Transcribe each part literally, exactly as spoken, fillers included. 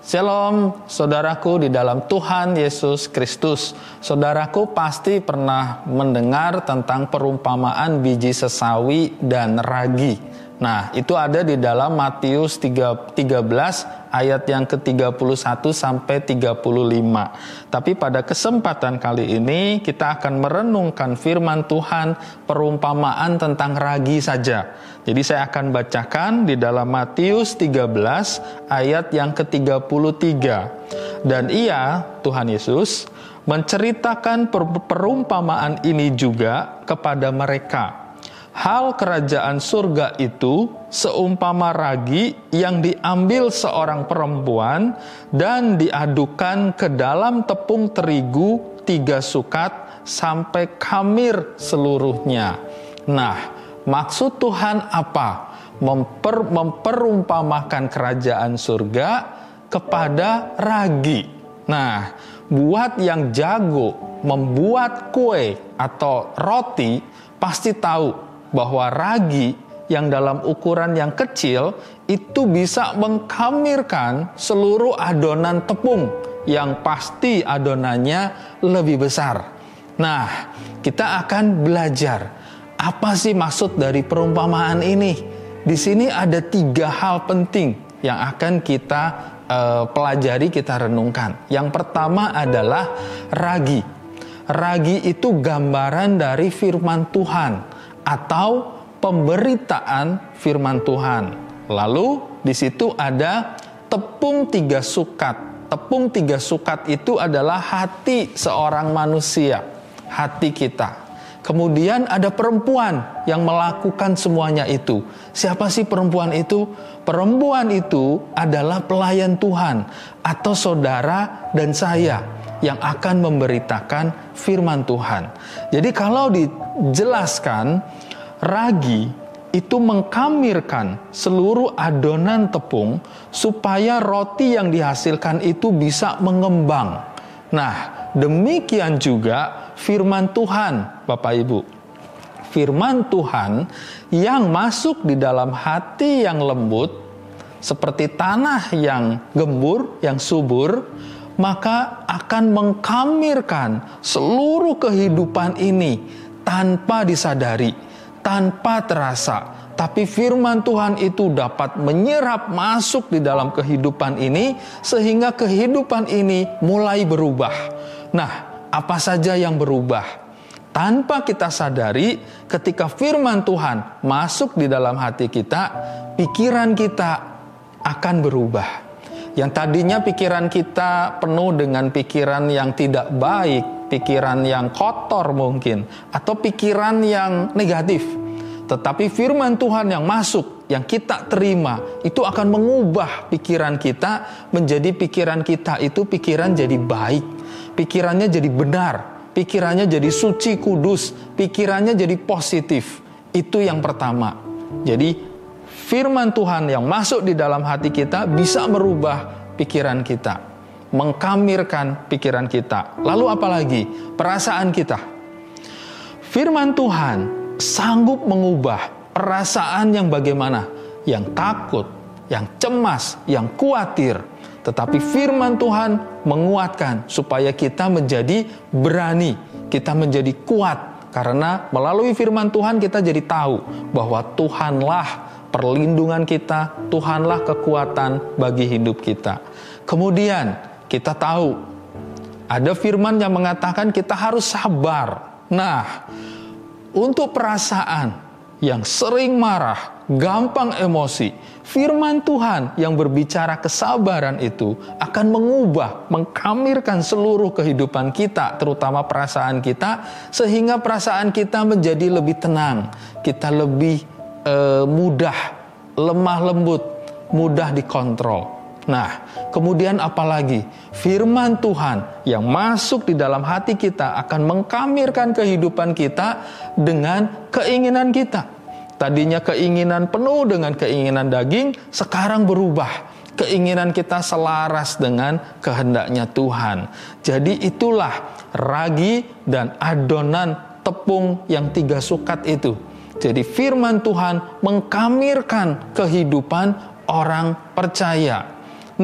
Shalom, saudaraku di dalam Tuhan Yesus Kristus. Saudaraku pasti pernah mendengar tentang perumpamaan biji sesawi dan ragi. Nah, itu ada di dalam Matius tiga belas ayat yang ke tiga puluh satu sampai tiga puluh lima. Tapi pada kesempatan kali ini kita akan merenungkan firman Tuhan, perumpamaan tentang ragi saja. Jadi saya akan bacakan di dalam Matius tiga belas ayat yang ke tiga puluh tiga. Dan ia, Tuhan Yesus, menceritakan perumpamaan ini juga kepada mereka. Hal kerajaan surga itu seumpama ragi yang diambil seorang perempuan dan diadukan ke dalam tepung terigu tiga sukat sampai khamir seluruhnya. Nah, maksud Tuhan apa? Memper, memperumpamakan kerajaan surga kepada ragi. Nah, buat yang jago membuat kue atau roti pasti tahu bahwa ragi yang dalam ukuran yang kecil itu bisa mengkhamirkan seluruh adonan tepung yang pasti adonannya lebih besar. Nah, kita akan belajar apa sih maksud dari perumpamaan ini. Di sini ada tiga hal penting yang akan kita uh, pelajari, kita renungkan. Yang pertama adalah ragi. Ragi itu gambaran dari firman Tuhan atau pemberitaan firman Tuhan. Lalu di situ ada tepung tiga sukat. Tepung tiga sukat itu adalah hati seorang manusia, hati kita. Kemudian ada perempuan yang melakukan semuanya itu. Siapa sih perempuan itu? Perempuan itu adalah pelayan Tuhan atau saudara dan saya yang akan memberitakan firman Tuhan. Jadi kalau dijelaskan, ragi itu mengkhamirkan seluruh adonan tepung supaya roti yang dihasilkan itu bisa mengembang. Nah, demikian juga firman Tuhan, Bapak Ibu. Firman Tuhan yang masuk di dalam hati yang lembut, seperti tanah yang gembur, yang subur, maka akan mengkhamirkan seluruh kehidupan ini tanpa disadari, tanpa terasa. Tapi firman Tuhan itu dapat menyerap masuk di dalam kehidupan ini sehingga kehidupan ini mulai berubah. Nah, apa saja yang berubah? Tanpa kita sadari, ketika firman Tuhan masuk di dalam hati kita, pikiran kita akan berubah. Yang tadinya pikiran kita penuh dengan pikiran yang tidak baik, pikiran yang kotor mungkin, atau pikiran yang negatif. Tetapi firman Tuhan yang masuk, yang kita terima, itu akan mengubah pikiran kita menjadi pikiran kita itu pikiran jadi baik. Pikirannya jadi benar, pikirannya jadi suci kudus, pikirannya jadi positif. Itu yang pertama. Jadi firman Tuhan yang masuk di dalam hati kita bisa merubah pikiran kita, mengkhamirkan pikiran kita. Lalu apalagi? Perasaan kita. Firman Tuhan sanggup mengubah perasaan yang bagaimana? Yang takut, yang cemas, yang khawatir. Tetapi firman Tuhan menguatkan supaya kita menjadi berani, kita menjadi kuat. Karena melalui firman Tuhan kita jadi tahu bahwa Tuhanlah perlindungan kita, Tuhanlah kekuatan bagi hidup kita. Kemudian kita tahu ada firman yang mengatakan kita harus sabar. Nah, untuk perasaan yang sering marah, gampang emosi, firman Tuhan yang berbicara kesabaran itu akan mengubah, mengkhamirkan seluruh kehidupan kita, terutama perasaan kita, sehingga perasaan kita menjadi lebih tenang, kita lebih eh, mudah, lemah lembut, mudah dikontrol. Nah, kemudian apalagi? Firman Tuhan yang masuk di dalam hati kita akan mengkhamirkan kehidupan kita dengan keinginan kita. Tadinya keinginan penuh dengan keinginan daging, sekarang berubah. Keinginan kita selaras dengan kehendaknya Tuhan. Jadi itulah ragi dan adonan tepung yang tiga sukat itu. Jadi firman Tuhan mengkhamirkan kehidupan orang percaya. Nah,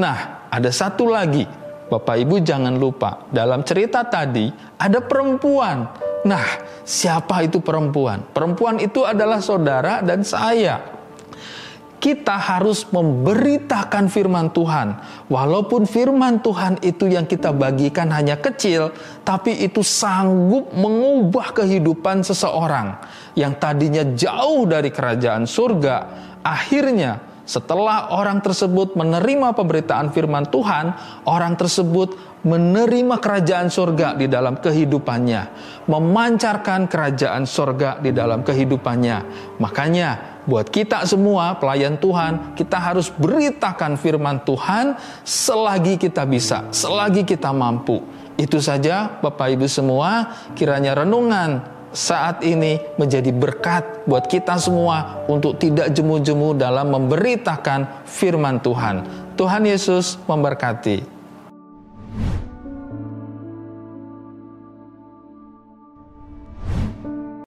ada satu lagi. Bapak Ibu jangan lupa, dalam cerita tadi ada perempuan. Nah, siapa itu perempuan? Perempuan itu adalah saudara dan saya. Kita harus memberitakan firman Tuhan. Walaupun firman Tuhan itu yang kita bagikan hanya kecil, tapi itu sanggup mengubah kehidupan seseorang yang tadinya jauh dari kerajaan surga. Akhirnya, setelah orang tersebut menerima pemberitaan firman Tuhan, orang tersebut menerima kerajaan surga di dalam kehidupannya, memancarkan kerajaan surga di dalam kehidupannya. Makanya, buat kita semua pelayan Tuhan, kita harus beritakan firman Tuhan selagi kita bisa, selagi kita mampu. Itu saja Bapak Ibu semua, kiranya renungan saat ini menjadi berkat buat kita semua untuk tidak jemu-jemu dalam memberitakan firman Tuhan. Tuhan Yesus memberkati.